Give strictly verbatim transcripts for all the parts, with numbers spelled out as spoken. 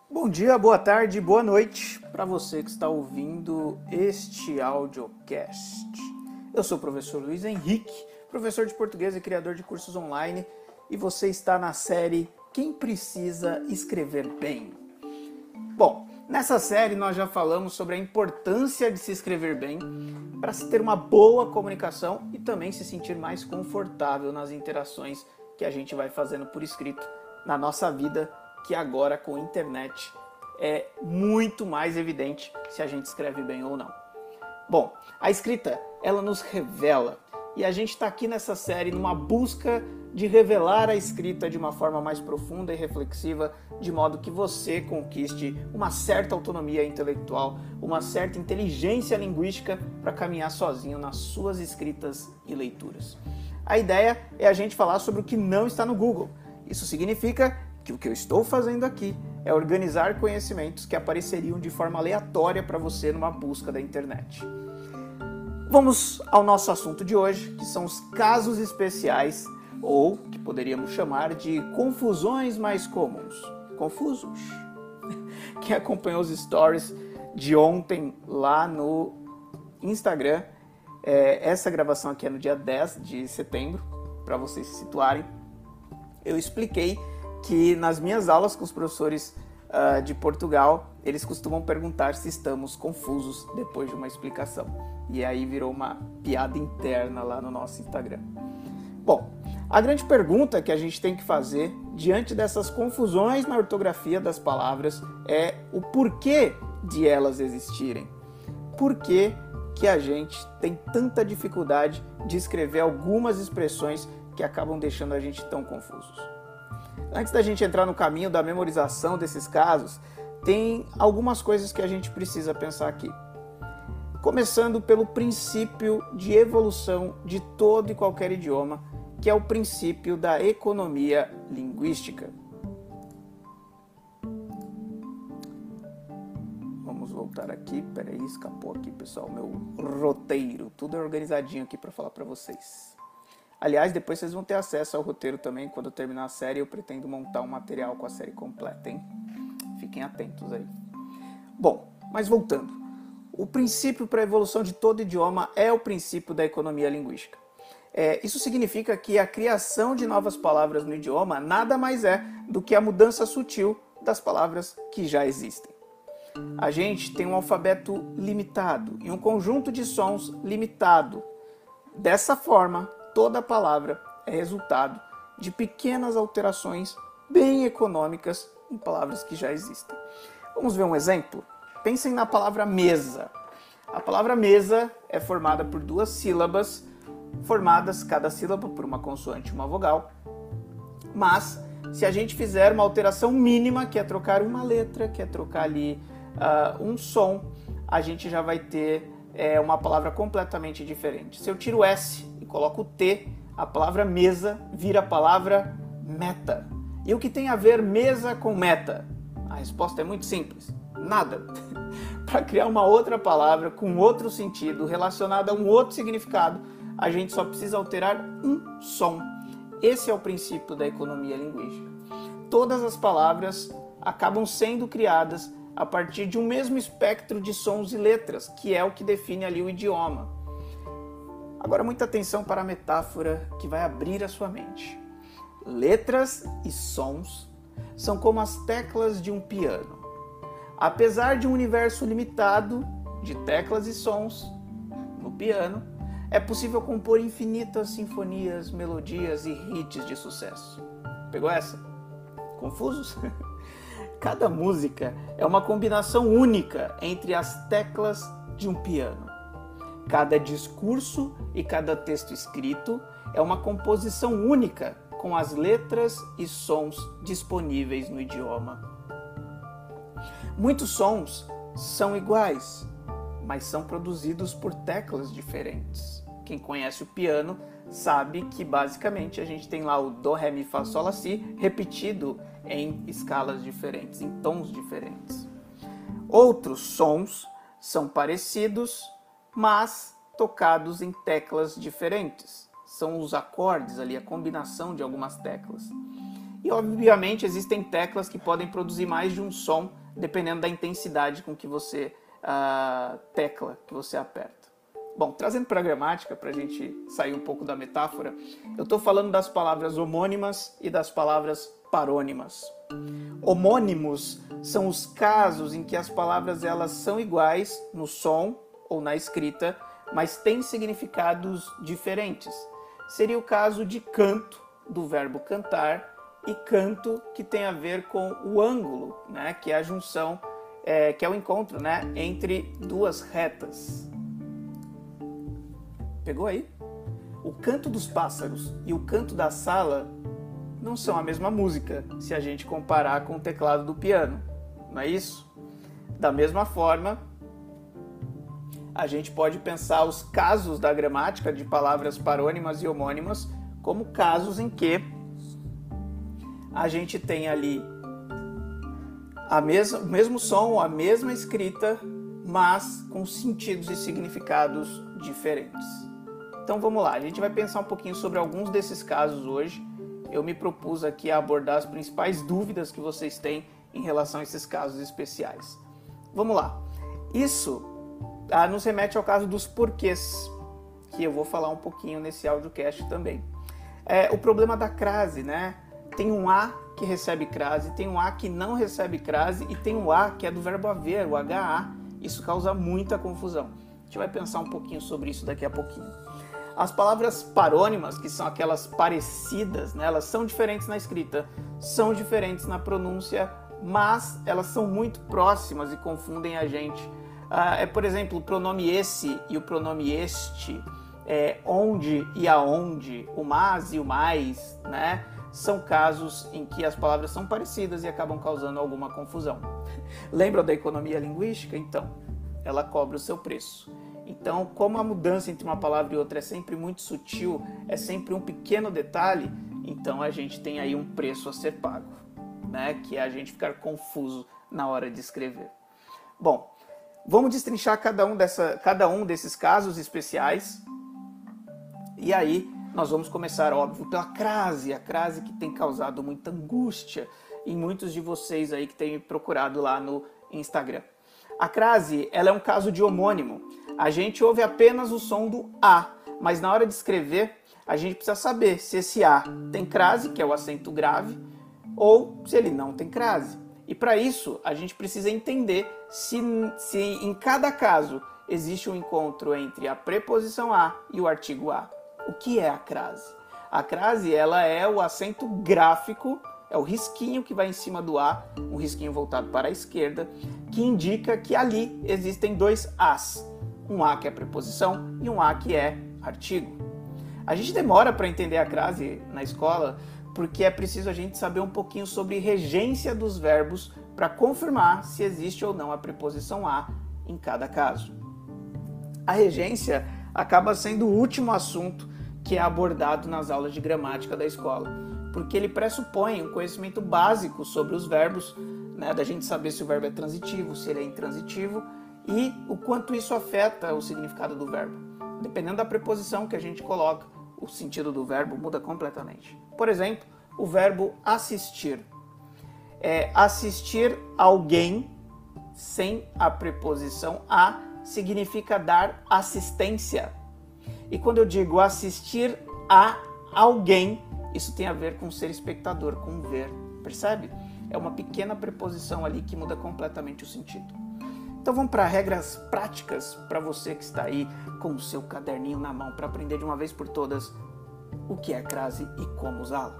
Bom dia, boa tarde, boa noite para você que está ouvindo este audiocast. Eu sou o professor Luiz Henrique, professor de português e criador de cursos online, e você está na série Quem Precisa Escrever Bem. Bom, nessa série nós já falamos sobre a importância de se escrever bem para se ter uma boa comunicação e também se sentir mais confortável nas interações que a gente vai fazendo por escrito na nossa vida, que agora com a internet é muito mais evidente se a gente escreve bem ou não. Bom, a escrita, ela nos revela, e a gente está aqui nessa série numa busca de revelar a escrita de uma forma mais profunda e reflexiva, de modo que você conquiste uma certa autonomia intelectual, uma certa inteligência linguística para caminhar sozinho nas suas escritas e leituras. A ideia é a gente falar sobre o que não está no Google. Isso significa que o que eu estou fazendo aqui é organizar conhecimentos que apareceriam de forma aleatória para você numa busca da internet. Vamos ao nosso assunto de hoje, que são os casos especiais, ou que poderíamos chamar de confusões mais comuns. Confusos? Quem acompanhou os stories de ontem lá no Instagram, é, essa gravação aqui é no dia dez de setembro, para vocês se situarem. Eu expliquei que nas minhas aulas com os professores uh, de Portugal, eles costumam perguntar se estamos confusos depois de uma explicação. E aí virou uma piada interna lá no nosso Instagram. Bom, a grande pergunta que a gente tem que fazer diante dessas confusões na ortografia das palavras é o porquê de elas existirem. Por que que a gente tem tanta dificuldade de escrever algumas expressões que acabam deixando a gente tão confusos? Antes da gente entrar no caminho da memorização desses casos, tem algumas coisas que a gente precisa pensar aqui. Começando pelo princípio de evolução de todo e qualquer idioma, que é o princípio da economia linguística. Vamos voltar aqui, peraí, escapou aqui, pessoal, meu roteiro, tudo organizadinho aqui para falar para vocês. Aliás, depois vocês vão ter acesso ao roteiro também. Quando eu terminar a série, eu pretendo montar um material com a série completa, hein? Fiquem atentos aí. Bom, mas voltando. O princípio para a evolução de todo idioma é o princípio da economia linguística. É, isso significa que a criação de novas palavras no idioma nada mais é do que a mudança sutil das palavras que já existem. A gente tem um alfabeto limitado e um conjunto de sons limitado. Dessa forma, toda palavra é resultado de pequenas alterações bem econômicas em palavras que já existem. Vamos ver um exemplo? Pensem na palavra mesa. A palavra mesa é formada por duas sílabas, formadas cada sílaba por uma consoante e uma vogal. Mas, se a gente fizer uma alteração mínima, que é trocar uma letra, que é trocar ali uh, um som, a gente já vai ter é, uma palavra completamente diferente. Se eu tiro o S e coloco o T, a palavra mesa vira a palavra meta. E o que tem a ver mesa com meta? A resposta é muito simples. Nada. Para criar uma outra palavra com outro sentido, relacionada a um outro significado, a gente só precisa alterar um som. Esse é o princípio da economia linguística. Todas as palavras acabam sendo criadas a partir de um mesmo espectro de sons e letras, que é o que define ali o idioma. Agora, muita atenção para a metáfora que vai abrir a sua mente. Letras e sons são como as teclas de um piano. Apesar de um universo limitado de teclas e sons no piano, é possível compor infinitas sinfonias, melodias e hits de sucesso. Pegou essa? Confusos? Cada música é uma combinação única entre as teclas de um piano. Cada discurso e cada texto escrito é uma composição única com as letras e sons disponíveis no idioma. Muitos sons são iguais, mas são produzidos por teclas diferentes. Quem conhece o piano sabe que basicamente a gente tem lá o Dó, Ré, Mi, Fá, Sol, Lá, Si repetido em escalas diferentes, em tons diferentes. Outros sons são parecidos, mas tocados em teclas diferentes. São os acordes ali, a combinação de algumas teclas. E, obviamente, existem teclas que podem produzir mais de um som, dependendo da intensidade com que você uh, tecla, que você aperta. Bom, trazendo para a gramática, para a gente sair um pouco da metáfora, eu estou falando das palavras homônimas e das palavras parônimas. Homônimos são os casos em que as palavras elas são iguais no som ou na escrita, mas têm significados diferentes. Seria o caso de canto, do verbo cantar, e canto, que tem a ver com o ângulo, né, que é a junção, é, que é o encontro, né, entre duas retas. Pegou aí? O canto dos pássaros e o canto da sala não são a mesma música, se a gente comparar com o teclado do piano, não é isso? Da mesma forma, a gente pode pensar os casos da gramática de palavras parônimas e homônimas como casos em que a gente tem ali a mesma, o mesmo som, a mesma escrita, mas com sentidos e significados diferentes. Então vamos lá, a gente vai pensar um pouquinho sobre alguns desses casos hoje. Eu me propus aqui a abordar as principais dúvidas que vocês têm em relação a esses casos especiais. Vamos lá. Isso ah, nos remete ao caso dos porquês, que eu vou falar um pouquinho nesse audiocast também. É, o problema da crase, né? Tem um A que recebe crase, tem um A que não recebe crase e tem um A que é do verbo haver, o H A. Isso causa muita confusão. A gente vai pensar um pouquinho sobre isso daqui a pouquinho. As palavras parônimas, que são aquelas parecidas, né, elas são diferentes na escrita, são diferentes na pronúncia, mas elas são muito próximas e confundem a gente. Ah, é, por exemplo, o pronome esse e o pronome este, é, onde e aonde, o mas e o mais, né, são casos em que as palavras são parecidas e acabam causando alguma confusão. Lembra da economia linguística? Então, ela cobra o seu preço. Então, como a mudança entre uma palavra e outra é sempre muito sutil, é sempre um pequeno detalhe, então a gente tem aí um preço a ser pago, né? Que é a gente ficar confuso na hora de escrever. Bom, vamos destrinchar cada um, dessa, cada um desses casos especiais. E aí nós vamos começar, óbvio, pela crase, a crase que tem causado muita angústia em muitos de vocês aí que têm me procurado lá no Instagram. A crase, ela é um caso de homônimo. A gente ouve apenas o som do A, mas na hora de escrever, a gente precisa saber se esse A tem crase, que é o acento grave, ou se ele não tem crase. E para isso, a gente precisa entender se, se em cada caso existe um encontro entre a preposição a e o artigo a. O que é a crase? A crase, ela é o acento gráfico, é o risquinho que vai em cima do a, um risquinho voltado para a esquerda, que indica que ali existem dois as. Um a que é preposição e um a que é artigo. A gente demora para entender a crase na escola porque é preciso a gente saber um pouquinho sobre regência dos verbos para confirmar se existe ou não a preposição a em cada caso. A regência acaba sendo o último assunto que é abordado nas aulas de gramática da escola, porque ele pressupõe um conhecimento básico sobre os verbos, né, da gente saber se o verbo é transitivo, se ele é intransitivo e o quanto isso afeta o significado do verbo. Dependendo da preposição que a gente coloca, o sentido do verbo muda completamente. Por exemplo, o verbo assistir. É, assistir alguém sem a preposição a significa dar assistência. E quando eu digo assistir a alguém, isso tem a ver com ser espectador, com ver. Percebe? É uma pequena preposição ali que muda completamente o sentido. Então vamos para regras práticas para você que está aí com o seu caderninho na mão para aprender de uma vez por todas o que é crase e como usá-la.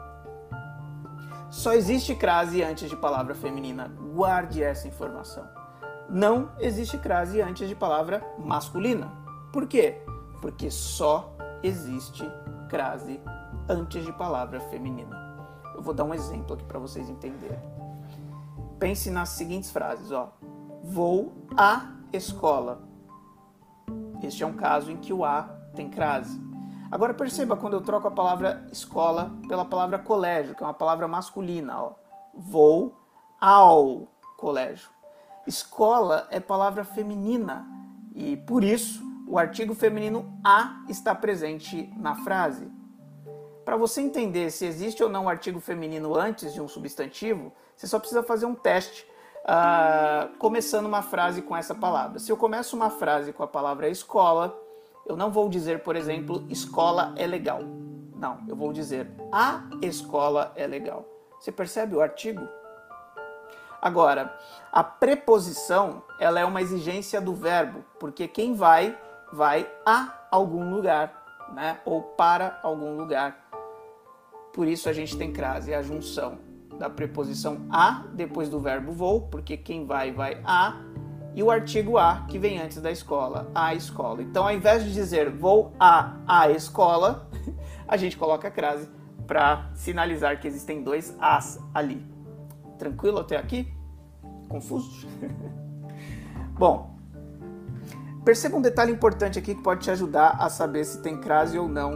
Só existe crase antes de palavra feminina. Guarde essa informação. Não existe crase antes de palavra masculina. Por quê? Porque só existe crase antes de palavra feminina. Eu vou dar um exemplo aqui para vocês entenderem. Pense nas seguintes frases, ó. Vou à escola. Este é um caso em que o a tem crase. Agora perceba quando eu troco a palavra escola pela palavra colégio, que é uma palavra masculina, ó. Vou ao colégio. Escola é palavra feminina e por isso o artigo feminino a está presente na frase. Para você entender se existe ou não um artigo feminino antes de um substantivo, você só precisa fazer um teste, uh, começando uma frase com essa palavra. Se eu começo uma frase com a palavra escola, eu não vou dizer, por exemplo, escola é legal. Não, eu vou dizer a escola é legal. Você percebe o artigo? Agora, a preposição, ela é uma exigência do verbo, porque quem vai, vai a algum lugar, né? Ou para algum lugar. Por isso a gente tem crase, a junção da preposição a depois do verbo vou, porque quem vai, vai a, e o artigo a, que vem antes da escola, a escola. Então, ao invés de dizer vou a a escola, a gente coloca a crase para sinalizar que existem dois as ali. Tranquilo até aqui? Confuso? Bom, perceba um detalhe importante aqui que pode te ajudar a saber se tem crase ou não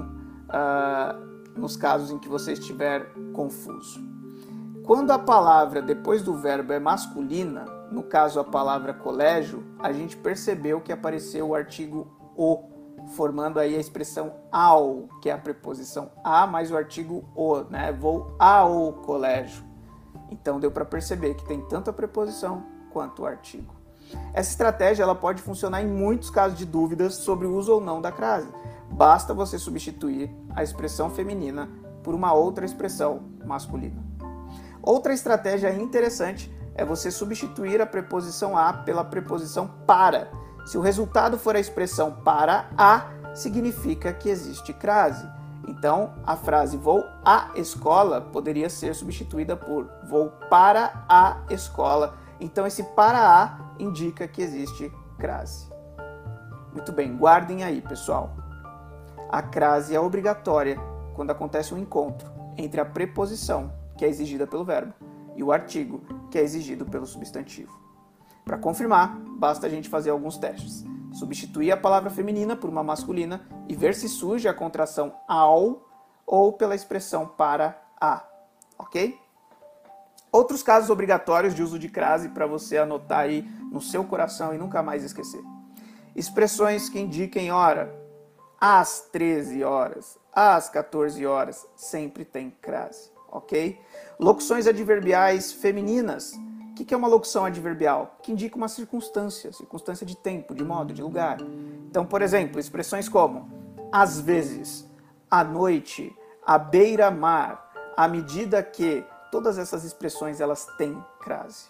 uh, nos casos em que você estiver confuso. Quando a palavra depois do verbo é masculina, no caso a palavra colégio, a gente percebeu que apareceu o artigo o, formando aí a expressão ao, que é a preposição a mais o artigo o, né? Vou ao colégio. Então deu para perceber que tem tanto a preposição quanto o artigo. Essa estratégia ela pode funcionar em muitos casos de dúvidas sobre o uso ou não da crase. Basta você substituir a expressão feminina por uma outra expressão masculina. Outra estratégia interessante é você substituir a preposição a pela preposição para. Se o resultado for a expressão para a, significa que existe crase. Então, a frase vou à escola poderia ser substituída por vou para a escola. Então, esse para a indica que existe crase. Muito bem, guardem aí, pessoal. A crase é obrigatória quando acontece um encontro entre a preposição, que é exigida pelo verbo, e o artigo, que é exigido pelo substantivo. Para confirmar, basta a gente fazer alguns testes. Substituir a palavra feminina por uma masculina e ver se surge a contração ao ou pela expressão para a, ok? Outros casos obrigatórios de uso de crase para você anotar aí no seu coração e nunca mais esquecer. Expressões que indiquem hora, às treze horas, às quatorze horas, sempre tem crase, ok? Locuções adverbiais femininas. O que é uma locução adverbial? Que indica uma circunstância, circunstância de tempo, de modo, de lugar. Então, por exemplo, expressões como às vezes, à noite, à beira-mar, à medida que, todas essas expressões elas têm crase.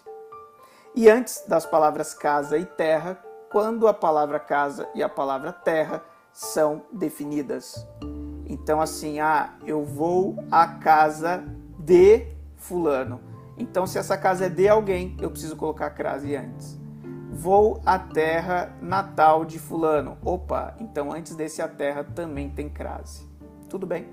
E antes das palavras casa e terra, quando a palavra casa e a palavra terra são definidas. Então, assim, ah, eu vou à casa de fulano. Então, se essa casa é de alguém, eu preciso colocar a crase antes. Vou à terra natal de fulano. Opa, então antes desse a terra também tem crase. Tudo bem?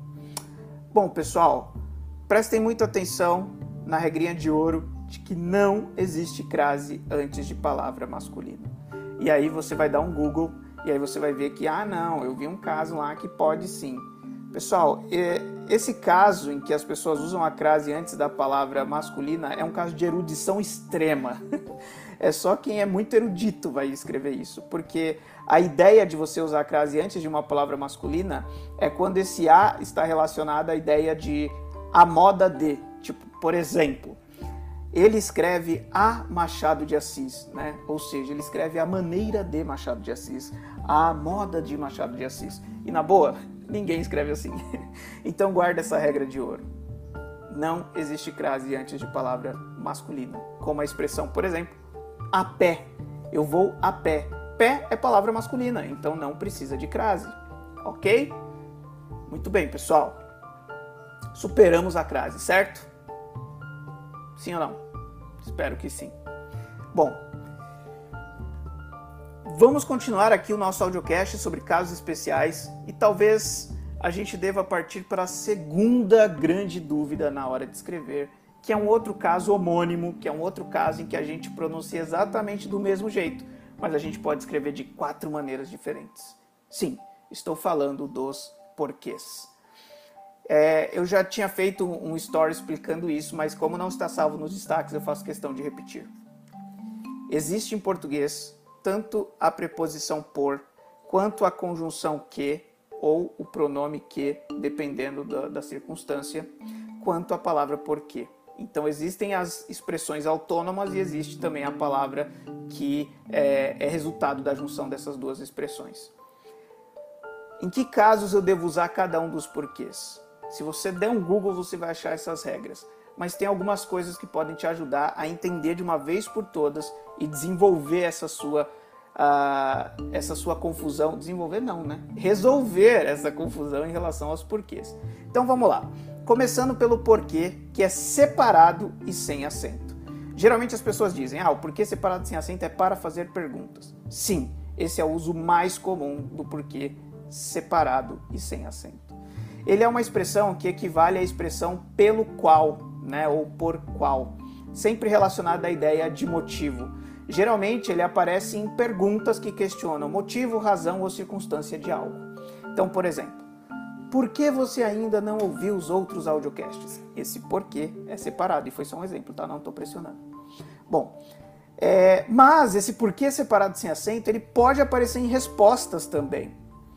Bom, pessoal, prestem muita atenção na regrinha de ouro de que não existe crase antes de palavra masculina. E aí você vai dar um Google e aí você vai ver que, ah, não, eu vi um caso lá que pode sim. Pessoal, esse caso em que as pessoas usam a crase antes da palavra masculina é um caso de erudição extrema. É só quem é muito erudito vai escrever isso, porque a ideia de você usar a crase antes de uma palavra masculina é quando esse a está relacionado à ideia de a moda de. Tipo, por exemplo, ele escreve a Machado de Assis, né? Ou seja, ele escreve a maneira de Machado de Assis, a moda de Machado de Assis. E na boa, ninguém escreve assim. Então guarda essa regra de ouro. Não existe crase antes de palavra masculina, como a expressão, por exemplo, a pé. Eu vou a pé. Pé é palavra masculina, então não precisa de crase. Ok? Muito bem, pessoal. Superamos a crase, certo? Sim ou não? Espero que sim. Bom, vamos continuar aqui o nosso audiocast sobre casos especiais e talvez a gente deva partir para a segunda grande dúvida na hora de escrever, que é um outro caso homônimo, que é um outro caso em que a gente pronuncia exatamente do mesmo jeito, mas a gente pode escrever de quatro maneiras diferentes. Sim, estou falando dos porquês. É, eu já tinha feito um story explicando isso, mas como não está salvo nos destaques, eu faço questão de repetir. Existe em português tanto a preposição por quanto a conjunção que ou o pronome que, dependendo da, da circunstância, quanto à palavra porquê. Então existem as expressões autônomas e existe também a palavra que é, é resultado da junção dessas duas expressões. Em que casos eu devo usar cada um dos porquês? Se você der um Google, você vai achar essas regras. Mas tem algumas coisas que podem te ajudar a entender de uma vez por todas e desenvolver essa sua, uh, essa sua confusão. Desenvolver não, né? Resolver essa confusão em relação aos porquês. Então vamos lá. Começando pelo porquê, que é separado e sem acento. Geralmente as pessoas dizem, ah, o porquê separado e sem acento é para fazer perguntas. Sim, esse é o uso mais comum do porquê separado e sem acento. Ele é uma expressão que equivale à expressão pelo qual, né, ou por qual, sempre relacionada à ideia de motivo. Geralmente ele aparece em perguntas que questionam motivo, razão ou circunstância de algo. Então, por exemplo, por que você ainda não ouviu os outros audiocasts? Esse porquê é separado, e foi só um exemplo, tá? Não estou pressionando. Bom, é, mas esse porquê separado sem acento, ele pode aparecer em respostas também.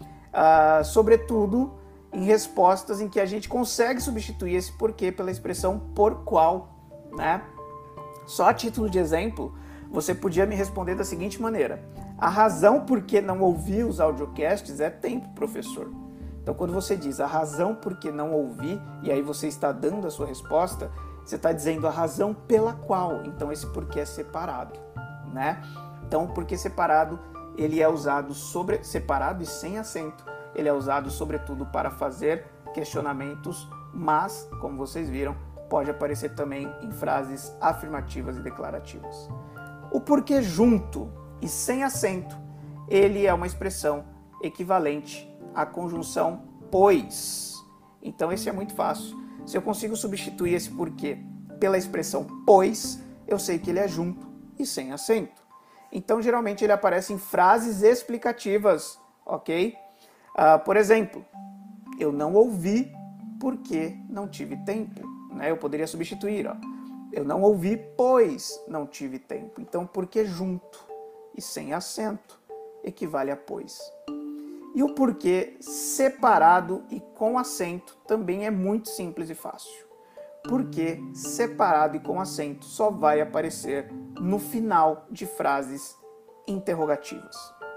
Ah, sobretudo em respostas em que a gente consegue substituir esse porquê pela expressão por qual, né? Só a título de exemplo, você podia me responder da seguinte maneira: a razão por que não ouvi os audiocasts é tempo, professor. Então, quando você diz a razão por que não ouvi, e aí você está dando a sua resposta, você está dizendo a razão pela qual. Então, esse porquê é separado, né? Então, o porquê separado, ele é usado sobre, separado e sem acento. Ele é usado, sobretudo, para fazer questionamentos, mas, como vocês viram, pode aparecer também em frases afirmativas e declarativas. O porquê junto e sem acento, ele é uma expressão equivalente à conjunção pois. Então, esse é muito fácil. Se eu consigo substituir esse porquê pela expressão pois, eu sei que ele é junto e sem acento. Então, geralmente, ele aparece em frases explicativas, ok? Uh, por exemplo, eu não ouvi porque não tive tempo. Né? Eu poderia substituir, ó. Eu não ouvi, pois não tive tempo. Então, porquê junto e sem acento equivale a pois. E o porquê separado e com acento também é muito simples e fácil. Porquê separado e com acento só vai aparecer no final de frases interrogativas.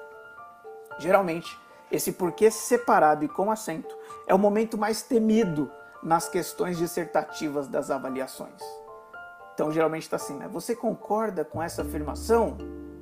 Geralmente, esse porquê separado e com acento é o momento mais temido nas questões dissertativas das avaliações. Então, geralmente está assim, né? Você concorda com essa afirmação?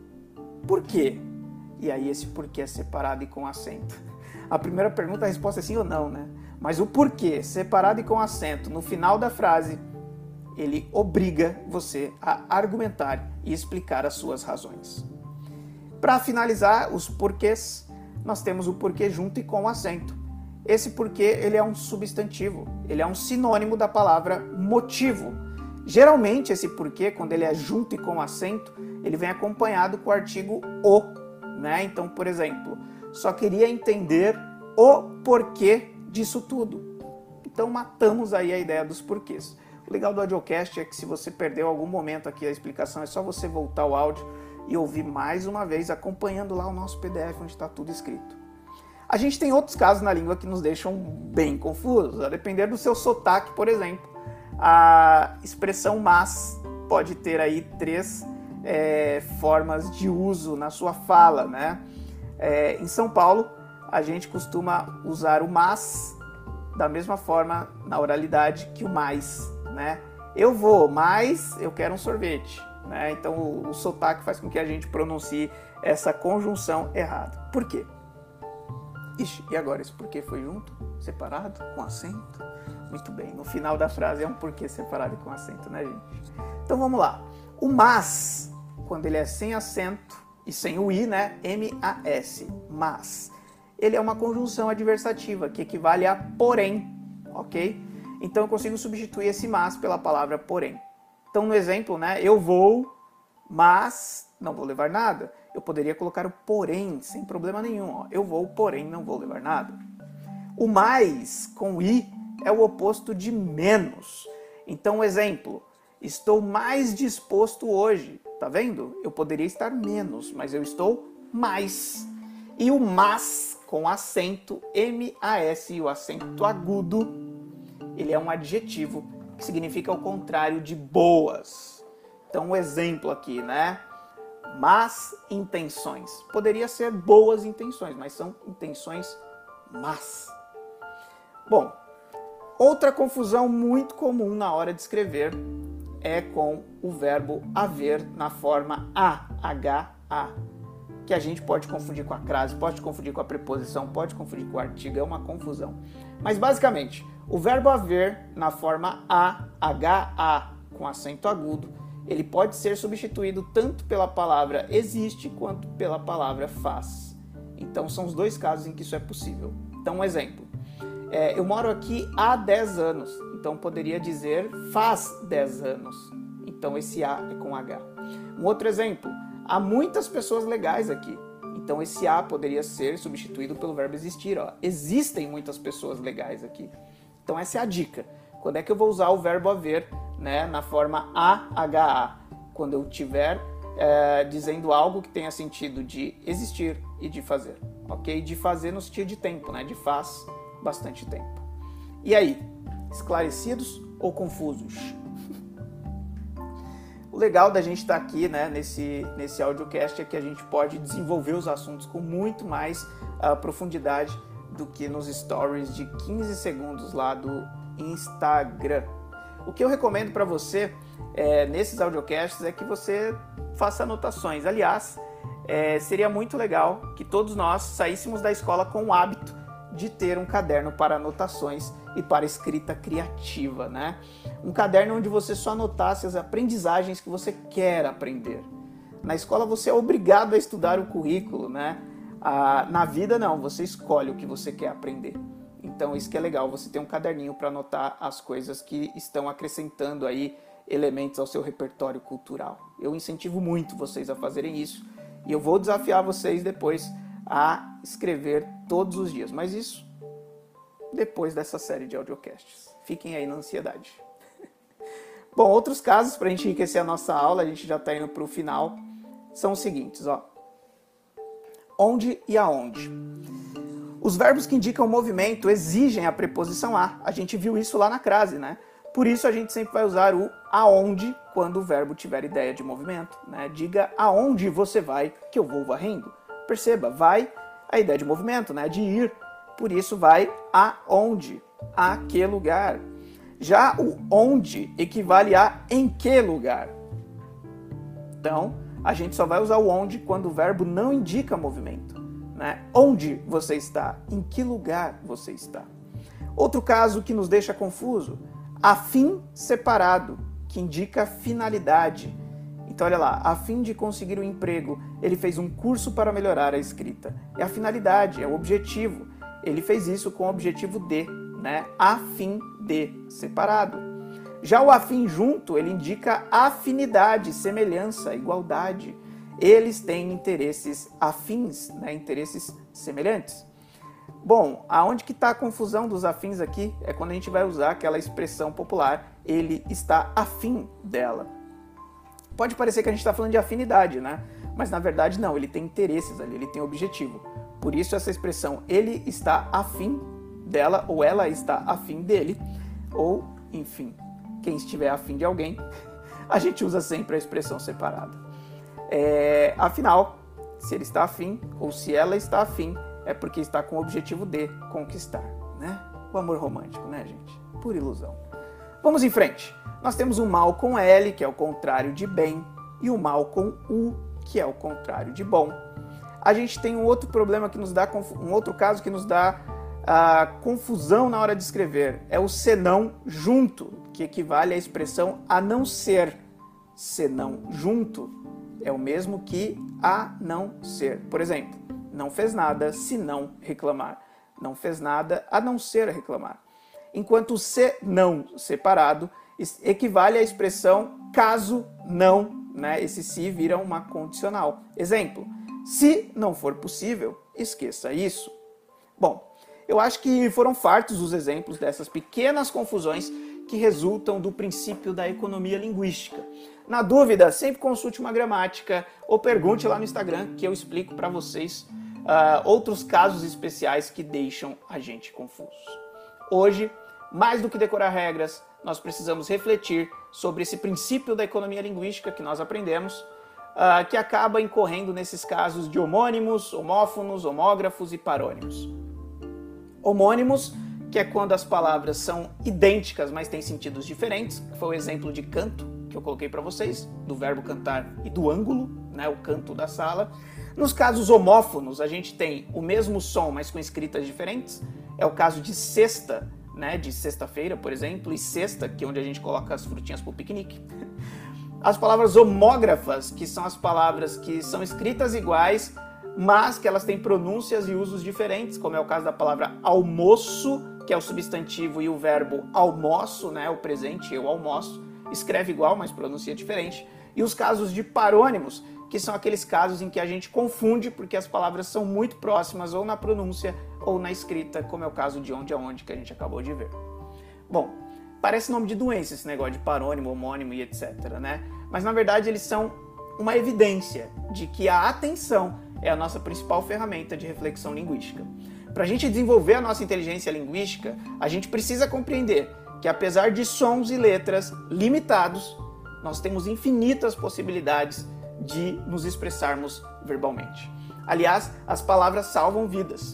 Por quê? E aí esse porquê é separado e com acento. A primeira pergunta, a resposta é sim ou não, né? Mas o porquê separado e com acento no final da frase, ele obriga você a argumentar e explicar as suas razões. Para finalizar os porquês, nós temos o porquê junto e com acento. Esse porquê, ele é um substantivo, ele é um sinônimo da palavra motivo. Geralmente esse porquê, quando ele é junto e com acento, ele vem acompanhado com o artigo o, né? Então, por exemplo, só queria entender o porquê disso tudo. Então matamos aí a ideia dos porquês. O legal do audiocast é que se você perdeu algum momento aqui a explicação, é só você voltar o áudio e ouvir mais uma vez, acompanhando lá o nosso P D F onde está tudo escrito. A gente tem outros casos na língua que nos deixam bem confusos, a depender do seu sotaque, por exemplo. A expressão mas pode ter aí três é, formas de uso na sua fala, né? É, em São Paulo, a gente costuma usar o mas da mesma forma na oralidade que o mais, né? Eu vou, mas eu quero um sorvete. Né? Então o, o sotaque faz com que a gente pronuncie essa conjunção errada. Por quê? Ixi, e agora esse porquê foi junto, separado, com acento? Muito bem, no final da frase é um porquê separado e com acento, né, gente? Então vamos lá. O mas, quando ele é sem acento e sem o i, né? M A S, mas. Ele é uma conjunção adversativa que equivale a porém, ok? Então eu consigo substituir esse mas pela palavra porém. Então, no exemplo, né, eu vou, mas não vou levar nada. Eu poderia colocar o porém, sem problema nenhum. Ó. Eu vou, porém não vou levar nada. O mais, com i, é o oposto de menos. Então, exemplo, estou mais disposto hoje. Tá vendo? Eu poderia estar menos, mas eu estou mais. E o mas, com acento M A S, e o acento agudo, ele é um adjetivo que significa o contrário de boas. Então, um exemplo aqui, né? Más intenções. Poderia ser boas intenções, mas são intenções más. Bom, outra confusão muito comum na hora de escrever é com o verbo haver na forma A, H A, que a gente pode confundir com a crase, pode confundir com a preposição, pode confundir com o artigo, é uma confusão. Mas basicamente, o verbo haver na forma A, H A, com acento agudo, ele pode ser substituído tanto pela palavra existe quanto pela palavra faz. Então são os dois casos em que isso é possível. Então um exemplo, é, eu moro aqui há dez anos, então poderia dizer faz dez anos. Então esse A é com H. Um outro exemplo, há muitas pessoas legais aqui. Então esse A poderia ser substituído pelo verbo existir. Ó. Existem muitas pessoas legais aqui. Então essa é a dica. Quando é que eu vou usar o verbo haver, né, na forma A H A? Quando eu estiver é, dizendo algo que tenha sentido de existir e de fazer. Ok? De fazer no sentido de tempo, né? De faz bastante tempo. E aí? Esclarecidos ou confusos? O legal da gente estar aqui, né, nesse, nesse audiocast é que a gente pode desenvolver os assuntos com muito mais uh, profundidade do que nos stories de quinze segundos lá do Instagram. O que eu recomendo para você é, nesses audiocasts é que você faça anotações. Aliás, é, seria muito legal que todos nós saíssemos da escola com o hábito de ter um caderno para anotações e para escrita criativa, né? Um caderno onde você só anotasse as aprendizagens que você quer aprender. Na escola você é obrigado a estudar o currículo, né? Ah, na vida não, você escolhe o que você quer aprender. Então isso que é legal, você ter um caderninho para anotar as coisas que estão acrescentando aí elementos ao seu repertório cultural. Eu incentivo muito vocês a fazerem isso e eu vou desafiar vocês depois a escrever todos os dias, mas isso depois dessa série de audiocasts. Fiquem aí na ansiedade. Bom, outros casos para a gente enriquecer a nossa aula, a gente já está indo para o final, são os seguintes, ó. Onde e aonde. Os verbos que indicam movimento exigem a preposição a. A gente viu isso lá na crase, né? Por isso a gente sempre vai usar o aonde quando o verbo tiver ideia de movimento, né? Diga aonde você vai que eu vou varrendo. Perceba, vai a ideia de movimento, né? De ir. Por isso vai aonde, a que lugar. Já o onde equivale a em que lugar. Então, a gente só vai usar o onde quando o verbo não indica movimento, né? Onde você está? Em que lugar você está? Outro caso que nos deixa confuso, a fim separado, que indica finalidade. Então, olha lá, a fim de conseguir um emprego, ele fez um curso para melhorar a escrita. É a finalidade, é o objetivo. Ele fez isso com o objetivo de, né? A fim de, separado. Já o afim junto, ele indica afinidade, semelhança, igualdade. Eles têm interesses afins, né? Interesses semelhantes. Bom, aonde que está a confusão dos afins aqui? É quando a gente vai usar aquela expressão popular, ele está afim dela. Pode parecer que a gente está falando de afinidade, né? Mas na verdade não, ele tem interesses ali, ele tem objetivo. Por isso essa expressão, ele está afim dela, ou ela está afim dele, ou, enfim, quem estiver afim de alguém, a gente usa sempre a expressão separada. É, afinal, se ele está afim, ou se ela está afim, é porque está com o objetivo de conquistar, né? O amor romântico, né, gente? Pura ilusão. Vamos em frente. Nós temos o mal com L, que é o contrário de bem, e o mal com U, que é o contrário de bom. A gente tem um outro problema que nos dá, um outro caso que nos dá a confusão na hora de escrever. É o senão junto, que equivale à expressão a não ser. Senão junto é o mesmo que a não ser. Por exemplo, não fez nada se não reclamar. Não fez nada a não ser reclamar. Enquanto o se não separado equivale à expressão caso não, né? Esse se vira uma condicional. Exemplo, se não for possível, esqueça isso. Bom, eu acho que foram fartos os exemplos dessas pequenas confusões que resultam do princípio da economia linguística. Na dúvida, sempre consulte uma gramática ou pergunte lá no Instagram que eu explico para vocês uh, outros casos especiais que deixam a gente confuso. Hoje, mais do que decorar regras, nós precisamos refletir sobre esse princípio da economia linguística que nós aprendemos, uh, que acaba incorrendo nesses casos de homônimos, homófonos, homógrafos e parônimos. Homônimos, que é quando as palavras são idênticas, mas têm sentidos diferentes, que foi o exemplo de canto que eu coloquei para vocês, do verbo cantar e do ângulo, né, o canto da sala. Nos casos homófonos, a gente tem o mesmo som, mas com escritas diferentes. É o caso de cesta, né, de sexta-feira, por exemplo, e cesta, que é onde a gente coloca as frutinhas para o piquenique. As palavras homógrafas, que são as palavras que são escritas iguais, mas que elas têm pronúncias e usos diferentes, como é o caso da palavra almoço, que é o substantivo, e o verbo almoço, né, o presente, eu almoço, escreve igual, mas pronuncia diferente. E os casos de parônimos, que são aqueles casos em que a gente confunde porque as palavras são muito próximas ou na pronúncia ou na escrita, como é o caso de onde a onde que a gente acabou de ver. Bom, parece nome de doença esse negócio de parônimo, homônimo e etcétera, né? Mas na verdade eles são uma evidência de que a atenção é a nossa principal ferramenta de reflexão linguística. Para a gente desenvolver a nossa inteligência linguística, a gente precisa compreender que apesar de sons e letras limitados, nós temos infinitas possibilidades de nos expressarmos verbalmente. Aliás, as palavras salvam vidas.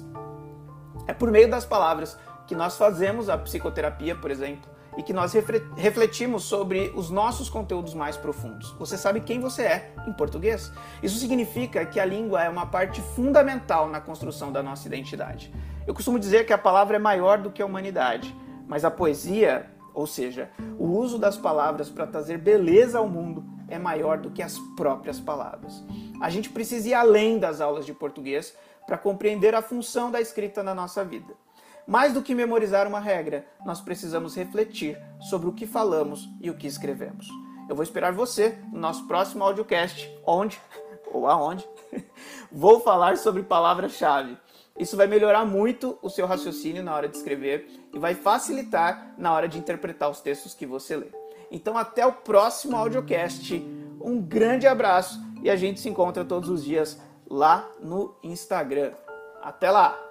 É por meio das palavras que nós fazemos a psicoterapia, por exemplo, e que nós refletimos sobre os nossos conteúdos mais profundos. Você sabe quem você é em português? Isso significa que a língua é uma parte fundamental na construção da nossa identidade. Eu costumo dizer que a palavra é maior do que a humanidade, mas a poesia, ou seja, o uso das palavras para trazer beleza ao mundo, é maior do que as próprias palavras. A gente precisa ir além das aulas de português para compreender a função da escrita na nossa vida. Mais do que memorizar uma regra, nós precisamos refletir sobre o que falamos e o que escrevemos. Eu vou esperar você no nosso próximo audiocast, onde, ou aonde, vou falar sobre palavra-chave. Isso vai melhorar muito o seu raciocínio na hora de escrever e vai facilitar na hora de interpretar os textos que você lê. Então até o próximo audiocast, um grande abraço e a gente se encontra todos os dias lá no Instagram. Até lá!